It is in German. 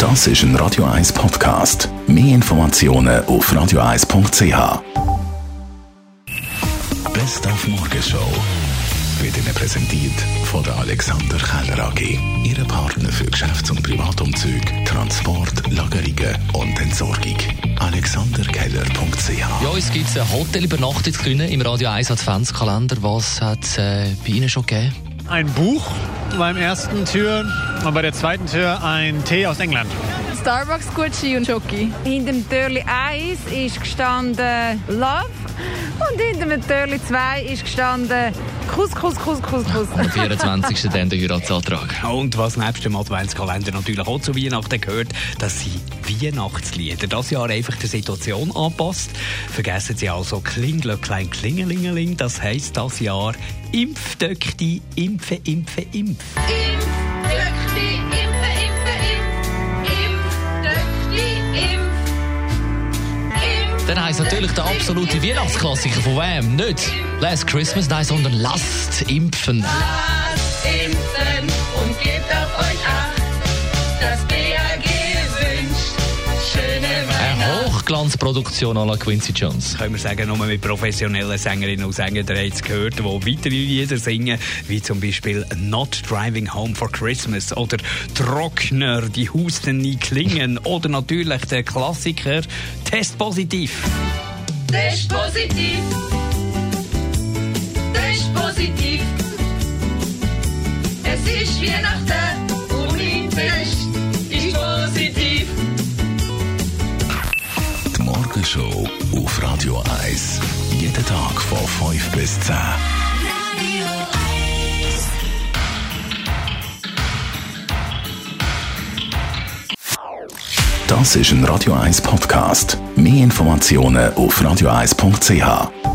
Das ist ein Radio 1 Podcast. Mehr Informationen auf radio1.ch. Best auf Morgenshow wird Ihnen präsentiert von der Alexander Keller AG. Ihre Partner für Geschäfts- und Privatumzüge, Transport, Lagerungen und Entsorgung. alexanderkeller.ch. Ja, uns gibt es ein Hotelübernachtungsgewinn im Radio 1 Adventskalender. Was hat es bei Ihnen schon gegeben? Ein Buch beim ersten Tür und bei der zweiten Tür ein Tee aus England. Starbucks, Gucci und Schoki. Hinter dem Türli 1 ist gestanden Love und hinter dem Türli 2 ist gestanden Kuss. Am 24. dann der Heiratsantrag. Und was nebst dem Adventskalender natürlich auch zu Weihnachten gehört, dass sie Weihnachtslieder das Jahr einfach der Situation anpasst. Vergessen Sie also Klinglöcklein, Klingelingeling, das heisst das Jahr Impfdöckti, impfe. Dann heisst natürlich der absolute Weihnachtsklassiker von wem? Nicht Last Christmas, nein, sondern Lasst impfen. Lasst impfen und gebt auf euch Acht. Das BAG wünscht schöne Weihnachten. Eine Hochglanzproduktion à la Quincy Jones. Können wir sagen, nur mit professionellen Sängerinnen und Sängern, die jetzt gehört, die weitere Lieder singen, wie zum Beispiel Not Driving Home for Christmas oder Trockner, die Husten nie klingen oder natürlich der Klassiker Test positiv. Test positiv. Test positiv. Es ist Weihnachten und mein Test ist positiv. Die Morgenshow auf Radio 1. Jeden Tag von 5 bis 10. Das ist ein Radio 1 Podcast. Mehr Informationen auf radio1.ch.